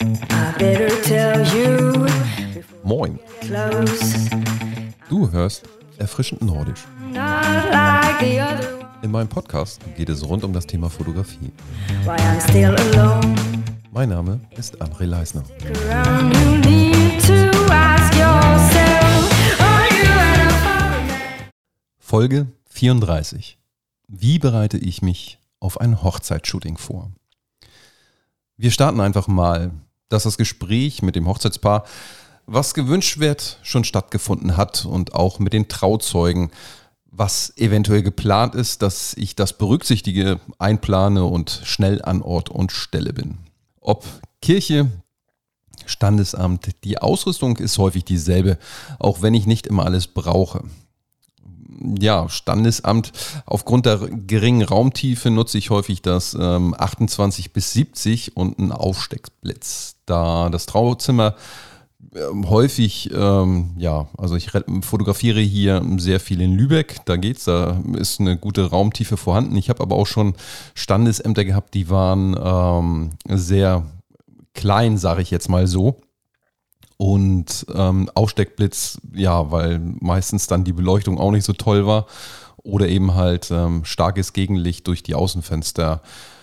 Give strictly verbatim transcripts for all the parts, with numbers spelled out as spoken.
Moin. Du hörst Erfrischend Nordisch. In meinem Podcast geht es rund um das Thema Fotografie. Mein Name ist André Leisner. Folge vierunddreißig. Wie bereite ich mich auf ein Hochzeitsshooting vor? Wir starten einfach mal, dass das Gespräch mit dem Hochzeitspaar, was gewünscht wird, schon stattgefunden hat und auch mit den Trauzeugen, was eventuell geplant ist, dass ich das berücksichtige, einplane und schnell an Ort und Stelle bin. Ob Kirche, Standesamt, die Ausrüstung ist häufig dieselbe, auch wenn ich nicht immer alles brauche. Ja, Standesamt, aufgrund der geringen Raumtiefe nutze ich häufig das ähm, achtundzwanzig bis siebzig und einen Aufsteckblitz. Da das Trauzimmer ähm, häufig, ähm, ja, also ich fotografiere hier sehr viel in Lübeck, da geht's, da ist eine gute Raumtiefe vorhanden. Ich habe aber auch schon Standesämter gehabt, die waren ähm, sehr klein, sage ich jetzt mal so. Und ähm, Aufsteckblitz, ja, weil meistens dann die Beleuchtung auch nicht so toll war oder eben halt ähm, starkes Gegenlicht durch die Außenfenster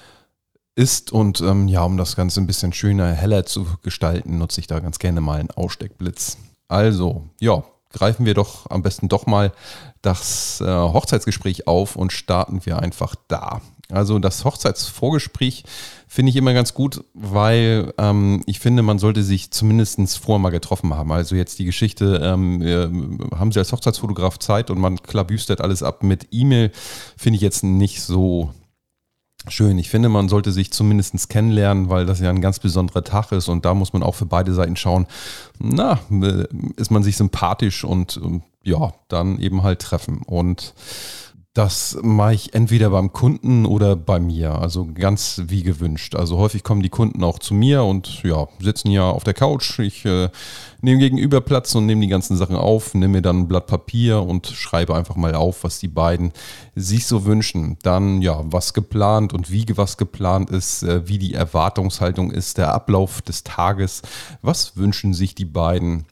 ist. Und ähm, ja, um das Ganze ein bisschen schöner, heller zu gestalten, nutze ich da ganz gerne mal einen Aufsteckblitz. Also, ja, greifen wir doch am besten doch mal das äh, Hochzeitsgespräch auf und starten wir einfach da. Also das Hochzeitsvorgespräch finde ich immer ganz gut, weil ähm, ich finde, man sollte sich zumindest vorher mal getroffen haben. Also jetzt die Geschichte, ähm, äh, haben Sie als Hochzeitsfotograf Zeit und man klabüstert alles ab mit E-Mail, finde ich jetzt nicht so schön. Ich finde, man sollte sich zumindest kennenlernen, weil das ja ein ganz besonderer Tag ist und da muss man auch für beide Seiten schauen, na, ist man sich sympathisch und ja, dann eben halt treffen. Und das mache ich entweder beim Kunden oder bei mir, also ganz wie gewünscht. Also häufig kommen die Kunden auch zu mir und ja, sitzen ja auf der Couch. Ich äh, nehme gegenüber Platz und nehme die ganzen Sachen auf, nehme mir dann ein Blatt Papier und schreibe einfach mal auf, was die beiden sich so wünschen. Dann ja, was geplant und wie was geplant ist, äh, wie die Erwartungshaltung ist, der Ablauf des Tages. Was wünschen sich die beiden?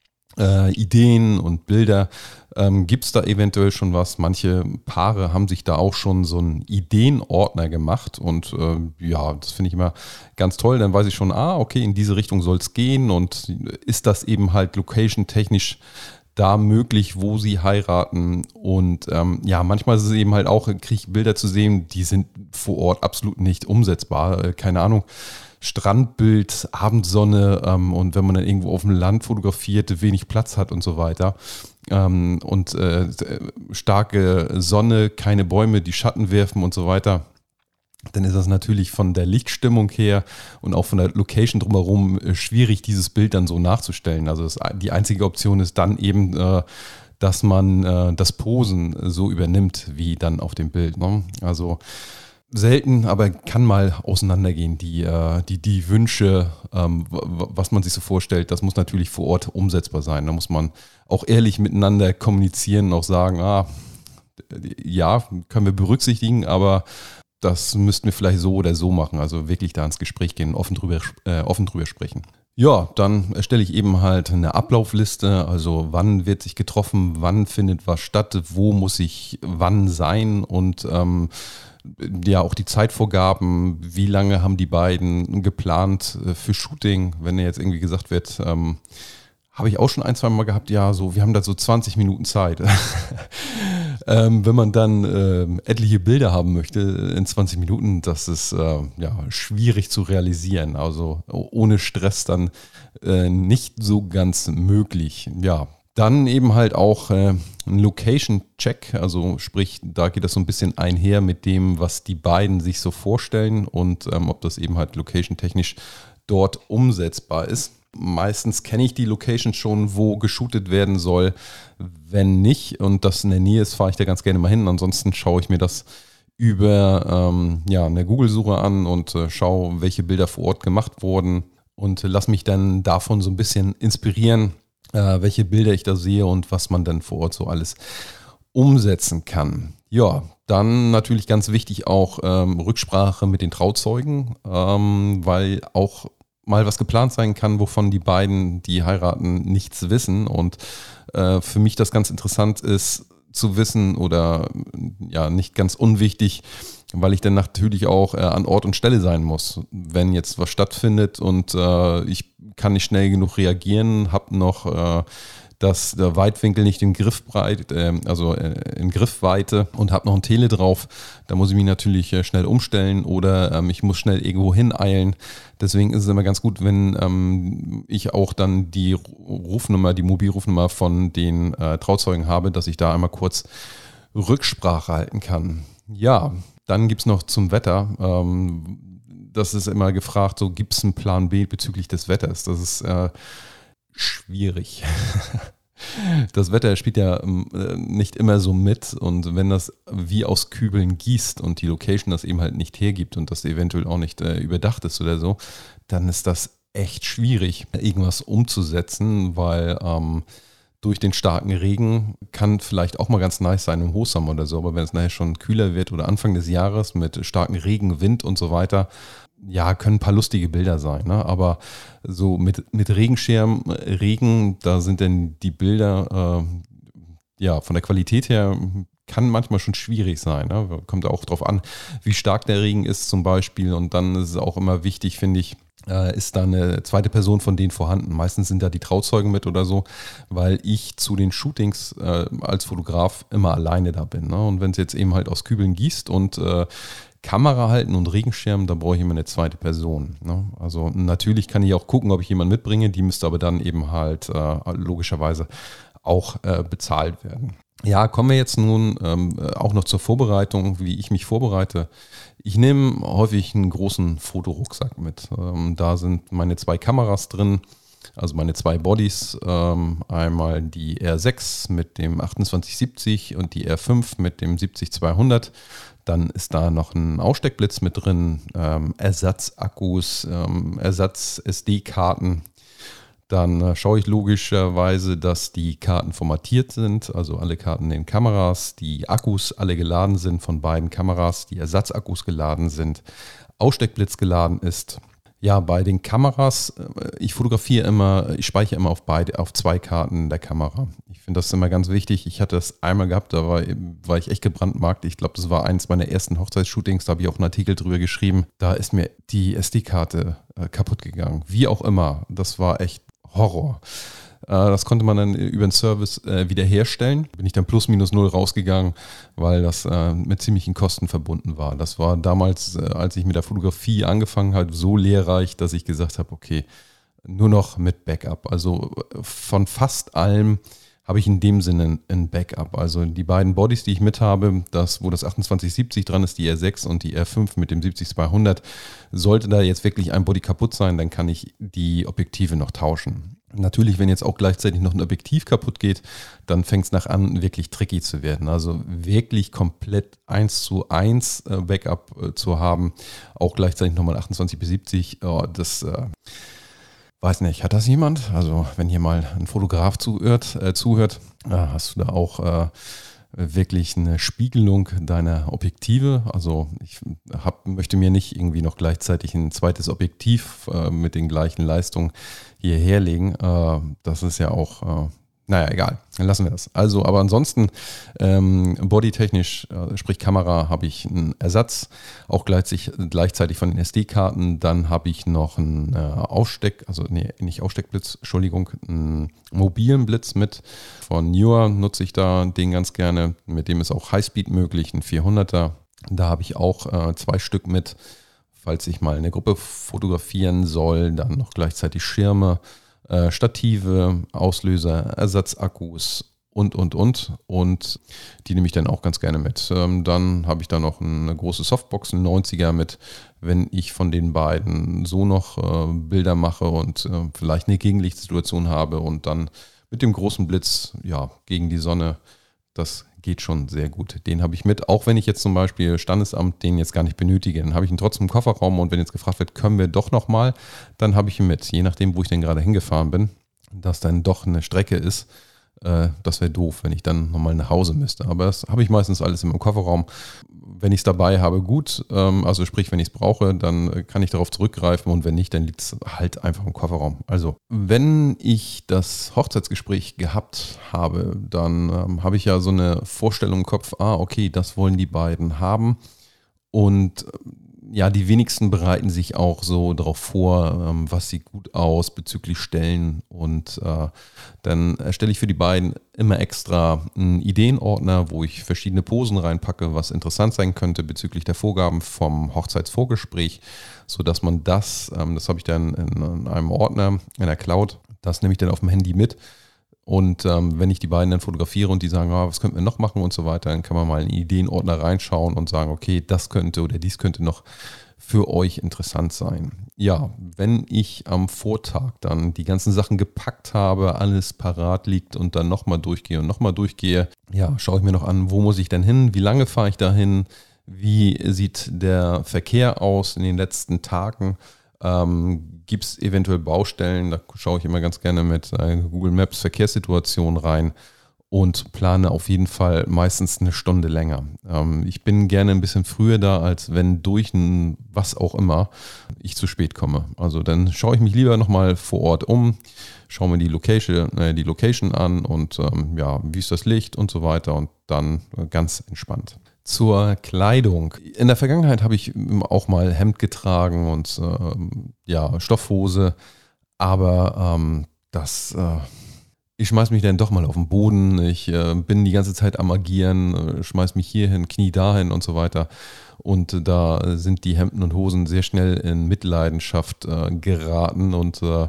Äh, Ideen und Bilder. Ähm, gibt es da eventuell schon was? Manche Paare haben sich da auch schon so einen Ideenordner gemacht und äh, ja, das finde ich immer ganz toll. Dann weiß ich schon, ah, okay, in diese Richtung soll es gehen und ist das eben halt location-technisch da möglich, wo sie heiraten und ähm, ja, manchmal ist es eben halt auch, kriege ich Bilder zu sehen, die sind vor Ort absolut nicht umsetzbar, äh, keine Ahnung. Strandbild, Abendsonne ähm, und wenn man dann irgendwo auf dem Land fotografiert, wenig Platz hat und so weiter ähm, und äh, starke Sonne, keine Bäume, die Schatten werfen und so weiter, dann ist das natürlich von der Lichtstimmung her und auch von der Location drumherum äh, schwierig, dieses Bild dann so nachzustellen. Also das, die einzige Option ist dann eben, äh, dass man äh, das Posen so übernimmt, wie dann auf dem Bild, ne? Also selten, aber kann mal auseinandergehen. Die, äh, die, die Wünsche, ähm, w- was man sich so vorstellt, das muss natürlich vor Ort umsetzbar sein. Da muss man auch ehrlich miteinander kommunizieren und auch sagen, ah, ja, können wir berücksichtigen, aber das müssten wir vielleicht so oder so machen. Also wirklich da ins Gespräch gehen, offen drüber, äh, offen drüber sprechen. Ja, dann erstelle ich eben halt eine Ablaufliste, also wann wird sich getroffen, wann findet was statt, wo muss ich wann sein und ähm, ja, auch die Zeitvorgaben, wie lange haben die beiden geplant für Shooting, wenn jetzt irgendwie gesagt wird, ähm, habe ich auch schon ein, zwei Mal gehabt, ja, so, wir haben da so zwanzig Minuten Zeit. ähm, wenn man dann ähm, etliche Bilder haben möchte in zwanzig Minuten, das ist äh, ja, schwierig zu realisieren, also ohne Stress dann äh, nicht so ganz möglich, ja. Dann eben halt auch äh, ein Location-Check, also sprich, da geht das so ein bisschen einher mit dem, was die beiden sich so vorstellen und ähm, ob das eben halt location-technisch dort umsetzbar ist. Meistens kenne ich die Location schon, wo geshootet werden soll. Wenn nicht und das in der Nähe ist, fahre ich da ganz gerne mal hin. Ansonsten schaue ich mir das über ähm, ja, eine Google-Suche an und äh, schaue, welche Bilder vor Ort gemacht wurden und äh, lasse mich dann davon so ein bisschen inspirieren, welche Bilder ich da sehe und was man dann vor Ort so alles umsetzen kann. Ja, dann natürlich ganz wichtig auch ähm, Rücksprache mit den Trauzeugen, ähm, weil auch mal was geplant sein kann, wovon die beiden, die heiraten, nichts wissen. Und äh, für mich das ganz interessant ist zu wissen oder ja nicht ganz unwichtig, weil ich dann natürlich auch äh, an Ort und Stelle sein muss. Wenn jetzt was stattfindet und äh, ich kann nicht schnell genug reagieren, habe noch äh, dass der Weitwinkel nicht in Griffbreit, äh, also äh, in Griffweite und habe noch ein Tele drauf. Da muss ich mich natürlich äh, schnell umstellen oder ähm, ich muss schnell irgendwo hineilen. Deswegen ist es immer ganz gut, wenn ähm, ich auch dann die Rufnummer, die Mobilrufnummer von den äh, Trauzeugen habe, dass ich da einmal kurz Rücksprache halten kann. Ja, dann gibt es noch zum Wetter. Ähm, das ist immer gefragt, so gibt es einen Plan B bezüglich des Wetters? Das ist äh, schwierig. Das Wetter spielt ja nicht immer so mit und wenn das wie aus Kübeln gießt und die Location das eben halt nicht hergibt und das eventuell auch nicht äh, überdacht ist oder so, dann ist das echt schwierig, irgendwas umzusetzen, weil ähm, durch den starken Regen kann vielleicht auch mal ganz nice sein im Hochsommer oder so, aber wenn es nachher schon kühler wird oder Anfang des Jahres mit starkem Regen, Wind und so weiter, ja, können ein paar lustige Bilder sein, ne? Aber so mit, mit Regenschirm, Regen, da sind dann die Bilder, äh, ja, von der Qualität her kann manchmal schon schwierig sein, ne? Kommt auch drauf an, wie stark der Regen ist zum Beispiel und dann ist es auch immer wichtig, finde ich, äh, ist da eine zweite Person von denen vorhanden. Meistens sind da die Trauzeugen mit oder so, weil ich zu den Shootings äh, als Fotograf immer alleine da bin, ne? Und wenn es jetzt eben halt aus Kübeln gießt und äh, Kamera halten und Regenschirm, da brauche ich immer eine zweite Person, ne? Also natürlich kann ich auch gucken, ob ich jemanden mitbringe, die müsste aber dann eben halt äh, logischerweise auch äh, bezahlt werden. Ja, kommen wir jetzt nun ähm, auch noch zur Vorbereitung, wie ich mich vorbereite. Ich nehme häufig einen großen Fotorucksack mit. Ähm, da sind meine zwei Kameras drin, also meine zwei Bodies, ähm, einmal die R sechs mit dem achtundzwanzig siebzig und die R fünf mit dem siebzig zweihundert. Dann ist da noch ein Aussteckblitz mit drin, ähm, Ersatzakkus, ähm, Ersatz-S D-Karten. Dann äh, schaue ich logischerweise, dass die Karten formatiert sind, also alle Karten in den Kameras, die Akkus alle geladen sind von beiden Kameras, die Ersatzakkus geladen sind, Aussteckblitz geladen ist. Ja, bei den Kameras, ich fotografiere immer, ich speichere immer auf beide, auf zwei Karten der Kamera. Ich finde das immer ganz wichtig. Ich hatte das einmal gehabt, da war, war ich echt gebrandmarkt. Ich glaube, das war eins meiner ersten Hochzeitsshootings, da habe ich auch einen Artikel drüber geschrieben. Da ist mir die S D-Karte äh, kaputt gegangen. Wie auch immer, das war echt Horror. Das konnte man dann über den Service äh, wiederherstellen. Bin ich dann plus minus null rausgegangen, weil das äh, mit ziemlichen Kosten verbunden war. Das war damals, äh, als ich mit der Fotografie angefangen habe, so lehrreich, dass ich gesagt habe, okay, nur noch mit Backup. Also von fast allem habe ich in dem Sinne ein Backup. Also die beiden Bodies, die ich mit habe, das, wo das achtundzwanzig siebzig dran ist, die R sechs und die R fünf mit dem siebzig zweihundert, sollte da jetzt wirklich ein Body kaputt sein, dann kann ich die Objektive noch tauschen. Natürlich, wenn jetzt auch gleichzeitig noch ein Objektiv kaputt geht, dann fängt es nach an, wirklich tricky zu werden. Also wirklich komplett eins zu eins Backup zu haben, auch gleichzeitig nochmal achtundzwanzig bis siebzig, oh, das äh, weiß nicht, hat das jemand? Also wenn hier mal ein Fotograf zuhört, äh, zuhört äh, hast du da auch äh, wirklich eine Spiegelung deiner Objektive. Also ich hab, möchte mir nicht irgendwie noch gleichzeitig ein zweites Objektiv äh, mit den gleichen Leistungen hierher legen. Äh, das ist ja auch, äh, naja, egal, dann lassen wir das. Also, aber ansonsten ähm, bodytechnisch, äh, sprich Kamera, habe ich einen Ersatz, auch gleichzeitig, gleichzeitig von den S D-Karten. Dann habe ich noch einen äh, Aussteck, also nee, nicht Aussteckblitz, Entschuldigung, einen mobilen Blitz mit. Von Neewer nutze ich da den ganz gerne. Mit dem ist auch Highspeed möglich, ein vierhunderter. Da habe ich auch äh, zwei Stück mit, falls ich mal eine Gruppe fotografieren soll. Dann noch gleichzeitig Schirme, äh, Stative, Auslöser, Ersatzakkus und, und, und. Und die nehme ich dann auch ganz gerne mit. Ähm, dann habe ich da noch eine große Softbox, einen neunziger mit, wenn ich von den beiden so noch äh, Bilder mache und äh, vielleicht eine Gegenlichtsituation habe und dann mit dem großen Blitz, ja, gegen die Sonne, das geht schon sehr gut. Den habe ich mit, auch wenn ich jetzt zum Beispiel Standesamt den jetzt gar nicht benötige. Dann habe ich ihn trotzdem im Kofferraum und wenn jetzt gefragt wird, können wir doch nochmal, dann habe ich ihn mit. Je nachdem, wo ich denn gerade hingefahren bin, dass dann doch eine Strecke ist, Äh, das wäre doof, wenn ich dann nochmal nach Hause müsste. Aber das habe ich meistens alles im Kofferraum. Wenn ich es dabei habe, gut. Ähm, also sprich, wenn ich es brauche, dann kann ich darauf zurückgreifen und wenn nicht, dann liegt es halt einfach im Kofferraum. Also wenn ich das Hochzeitsgespräch gehabt habe, dann ähm, habe ich ja so eine Vorstellung im Kopf, ah, okay, das wollen die beiden haben. Und ja, die wenigsten bereiten sich auch so darauf vor, ähm, was sieht gut aus bezüglich Stellen. Und äh, dann erstelle ich für die beiden immer extra einen Ideenordner, wo ich verschiedene Posen reinpacke, was interessant sein könnte bezüglich der Vorgaben vom Hochzeitsvorgespräch, sodass man das, ähm, das habe ich dann in, in einem Ordner in der Cloud, das nehme ich dann auf dem Handy mit. Und ähm, wenn ich die beiden dann fotografiere und die sagen, ah, was könnten wir noch machen und so weiter, dann kann man mal in den Ideenordner reinschauen und sagen, okay, das könnte oder dies könnte noch für euch interessant sein. Ja, wenn ich am Vortag dann die ganzen Sachen gepackt habe, alles parat liegt und dann nochmal durchgehe und nochmal durchgehe, ja, schaue ich mir noch an, wo muss ich denn hin, wie lange fahre ich dahin, wie sieht der Verkehr aus in den letzten Tagen. Ähm, gibt es eventuell Baustellen, da schaue ich immer ganz gerne mit äh, Google Maps Verkehrssituation rein und plane auf jeden Fall meistens eine Stunde länger. Ähm, ich bin gerne ein bisschen früher da, als wenn durch ein was auch immer ich zu spät komme. Also dann schaue ich mich lieber nochmal vor Ort um, schaue mir die Location, äh, die Location an und ähm, ja, wie ist das Licht und so weiter und dann äh, ganz entspannt. Zur Kleidung. In der Vergangenheit habe ich auch mal Hemd getragen und ähm, ja, Stoffhose, aber ähm, das, äh, ich schmeiß mich dann doch mal auf den Boden. Ich äh, bin die ganze Zeit am Agieren, äh, schmeiß mich hierhin, Knie dahin und so weiter. Und da sind die Hemden und Hosen sehr schnell in Mitleidenschaft äh, geraten und äh,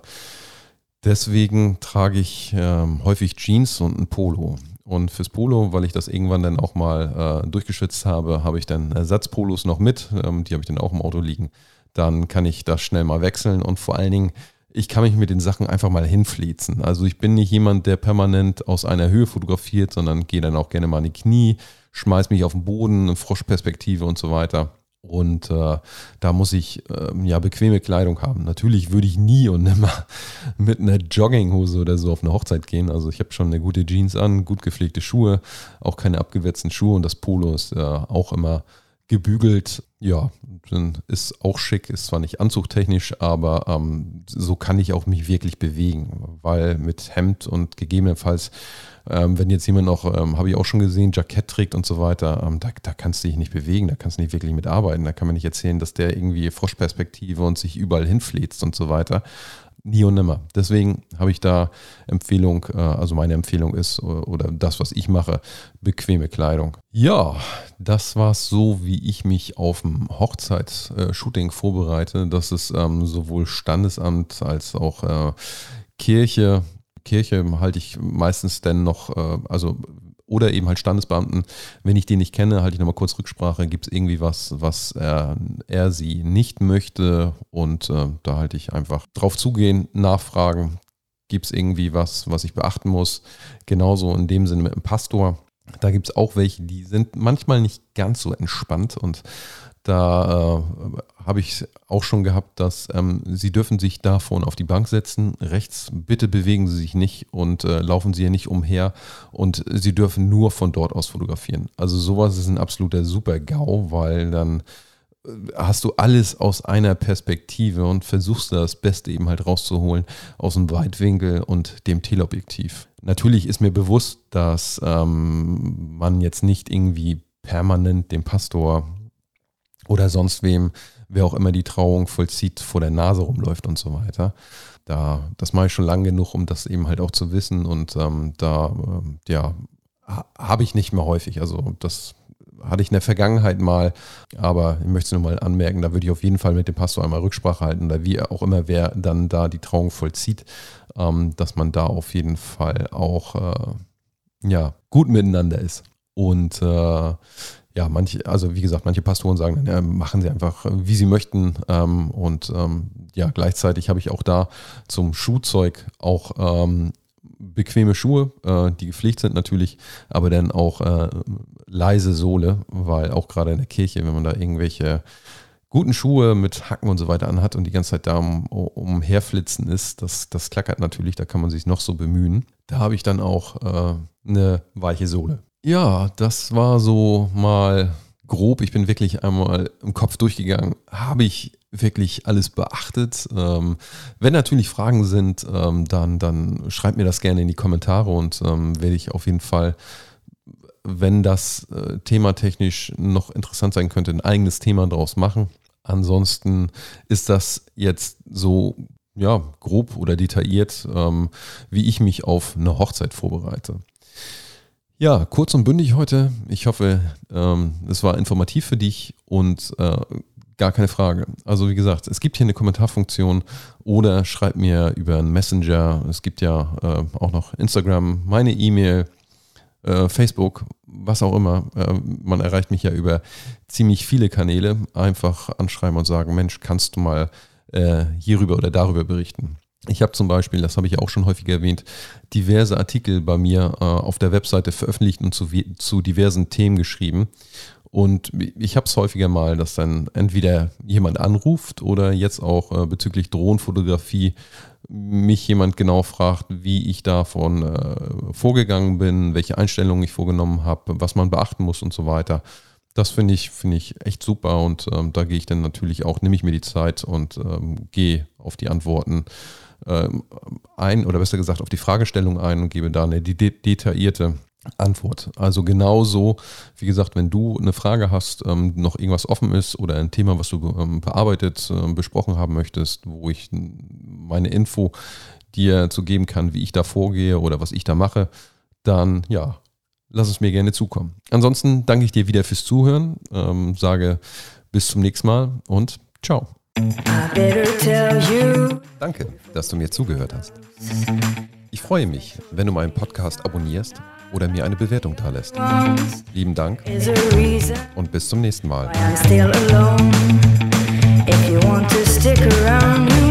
deswegen trage ich äh, häufig Jeans und ein Polo. Und fürs Polo, weil ich das irgendwann dann auch mal äh, durchgeschwitzt habe, habe ich dann Ersatzpolos noch mit. Ähm, die habe ich dann auch im Auto liegen. Dann kann ich das schnell mal wechseln und vor allen Dingen, ich kann mich mit den Sachen einfach mal hinfließen. Also ich bin nicht jemand, der permanent aus einer Höhe fotografiert, sondern gehe dann auch gerne mal in die Knie, schmeiß mich auf den Boden, eine Froschperspektive und so weiter. Und äh, da muss ich äh, ja bequeme Kleidung haben. Natürlich würde ich nie und nimmer mit einer Jogginghose oder so auf eine Hochzeit gehen. Also ich habe schon eine gute Jeans an, gut gepflegte Schuhe, auch keine abgewetzten Schuhe und das Polo ist äh, auch immer gebügelt. Ja, ist auch schick, ist zwar nicht anzugtechnisch, aber ähm, so kann ich auch mich wirklich bewegen, weil mit Hemd und gegebenenfalls, ähm, wenn jetzt jemand noch, ähm, habe ich auch schon gesehen, Jackett trägt und so weiter, ähm, da, da kannst du dich nicht bewegen, da kannst du nicht wirklich mitarbeiten, da kann man nicht erzählen, dass der irgendwie Froschperspektive und sich überall hinfläzt und so weiter. Nie und nimmer. Deswegen habe ich da Empfehlung, also meine Empfehlung ist, oder das, was ich mache, bequeme Kleidung. Ja, das war es so, wie ich mich auf dem Hochzeitsshooting vorbereite. Das ist ähm, sowohl Standesamt als auch äh, Kirche. Kirche halte ich meistens dann noch, äh, also oder eben halt Standesbeamten. Wenn ich den nicht kenne, halte ich nochmal kurz Rücksprache. Gibt es irgendwie was, was er, er sie nicht möchte? Und äh, da halte ich einfach drauf zugehen, nachfragen. Gibt es irgendwie was, was ich beachten muss? Genauso in dem Sinne mit dem Pastor. Da gibt es auch welche, die sind manchmal nicht ganz so entspannt und da äh, habe ich auch schon gehabt, dass ähm, Sie dürfen sich da vorne auf die Bank setzen, rechts, bitte bewegen Sie sich nicht und äh, laufen Sie hier nicht umher und Sie dürfen nur von dort aus fotografieren. Also sowas ist ein absoluter Super-GAU, weil dann äh, hast du alles aus einer Perspektive und versuchst das Beste eben halt rauszuholen aus dem Weitwinkel und dem Teleobjektiv. Natürlich ist mir bewusst, dass ähm, man jetzt nicht irgendwie permanent dem Pastor oder sonst wem, wer auch immer die Trauung vollzieht, vor der Nase rumläuft und so weiter. Da, das mache ich schon lange genug, um das eben halt auch zu wissen und ähm, da ähm, ja, ha, habe ich nicht mehr häufig. Also das hatte ich in der Vergangenheit mal, aber ich möchte es nur mal anmerken, da würde ich auf jeden Fall mit dem Pastor einmal Rücksprache halten oder wie auch immer, wer dann da die Trauung vollzieht, ähm, dass man da auf jeden Fall auch äh, ja, gut miteinander ist. Und äh, ja, manche, also wie gesagt, manche Pastoren sagen, ja, machen sie einfach, wie sie möchten. Ähm, und ähm, ja, gleichzeitig habe ich auch da zum Schuhzeug auch ähm, bequeme Schuhe, äh, die gepflegt sind natürlich, aber dann auch äh, leise Sohle, weil auch gerade in der Kirche, wenn man da irgendwelche guten Schuhe mit Hacken und so weiter anhat und die ganze Zeit da um, umherflitzen ist, das, das klackert natürlich, da kann man sich noch so bemühen. Da habe ich dann auch äh, eine weiche Sohle. Ja, das war so mal grob. Ich bin wirklich einmal im Kopf durchgegangen. Habe ich wirklich alles beachtet? Ähm, wenn natürlich Fragen sind, ähm, dann, dann schreibt mir das gerne in die Kommentare und ähm, werde ich auf jeden Fall, wenn das äh, thematechnisch noch interessant sein könnte, ein eigenes Thema daraus machen. Ansonsten ist das jetzt so ja, grob oder detailliert, ähm, wie ich mich auf eine Hochzeit vorbereite. Ja, kurz und bündig heute. Ich hoffe, ähm, es war informativ für dich und äh, gar keine Frage. Also wie gesagt, es gibt hier eine Kommentarfunktion oder schreib mir über einen Messenger. Es gibt ja äh, auch noch Instagram, meine E-Mail, äh, Facebook, was auch immer. Äh, man erreicht mich ja über ziemlich viele Kanäle. Einfach anschreiben und sagen, Mensch, kannst du mal äh, hierüber oder darüber berichten. Ich habe zum Beispiel, das habe ich auch schon häufig erwähnt, diverse Artikel bei mir äh, auf der Webseite veröffentlicht und zu, zu diversen Themen geschrieben. Und ich habe es häufiger mal, dass dann entweder jemand anruft oder jetzt auch äh, bezüglich Drohnenfotografie mich jemand genau fragt, wie ich davon äh, vorgegangen bin, welche Einstellungen ich vorgenommen habe, was man beachten muss und so weiter. Das finde ich, finde ich echt super und ähm, da gehe ich dann natürlich auch, nehme ich mir die Zeit und ähm, gehe auf die Antworten ähm, ein oder besser gesagt auf die Fragestellung ein und gebe da eine de- detaillierte Antwort. Also genauso, wie gesagt, wenn du eine Frage hast, ähm, noch irgendwas offen ist oder ein Thema, was du ähm, bearbeitet, äh, besprochen haben möchtest, wo ich meine Info dir zu geben kann, wie ich da vorgehe oder was ich da mache, dann ja, lass es mir gerne zukommen. Ansonsten danke ich dir wieder fürs Zuhören, ähm, sage bis zum nächsten Mal und ciao. Danke, dass du mir zugehört hast. Ich freue mich, wenn du meinen Podcast abonnierst oder mir eine Bewertung dalässt. Lieben Dank und bis zum nächsten Mal.